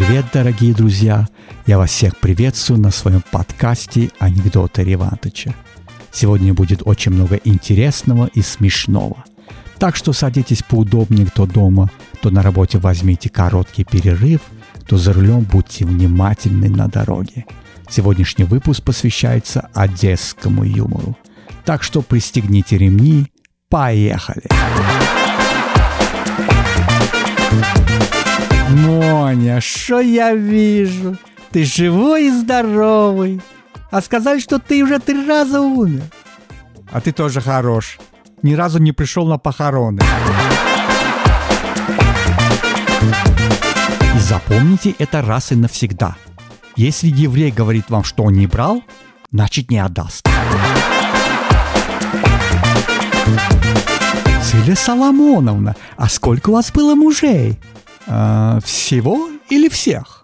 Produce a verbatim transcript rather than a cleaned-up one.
Привет, дорогие друзья! Я вас всех приветствую на своем подкасте «Анекдоты Ревантыча». Сегодня будет очень много интересного и смешного. Так что садитесь поудобнее, кто дома, то на работе возьмите короткий перерыв, то за рулем будьте внимательны на дороге. Сегодняшний выпуск посвящается одесскому юмору. Так что пристегните ремни. Поехали! Моня, что я вижу? Ты живой и здоровый. А сказали, что ты уже три раза умер. А ты тоже хорош. Ни разу не пришел на похороны. И запомните это раз и навсегда. Если еврей говорит вам, что он не брал, значит не отдаст. Циля Соломоновна, а сколько у вас было мужей? А, всего или всех?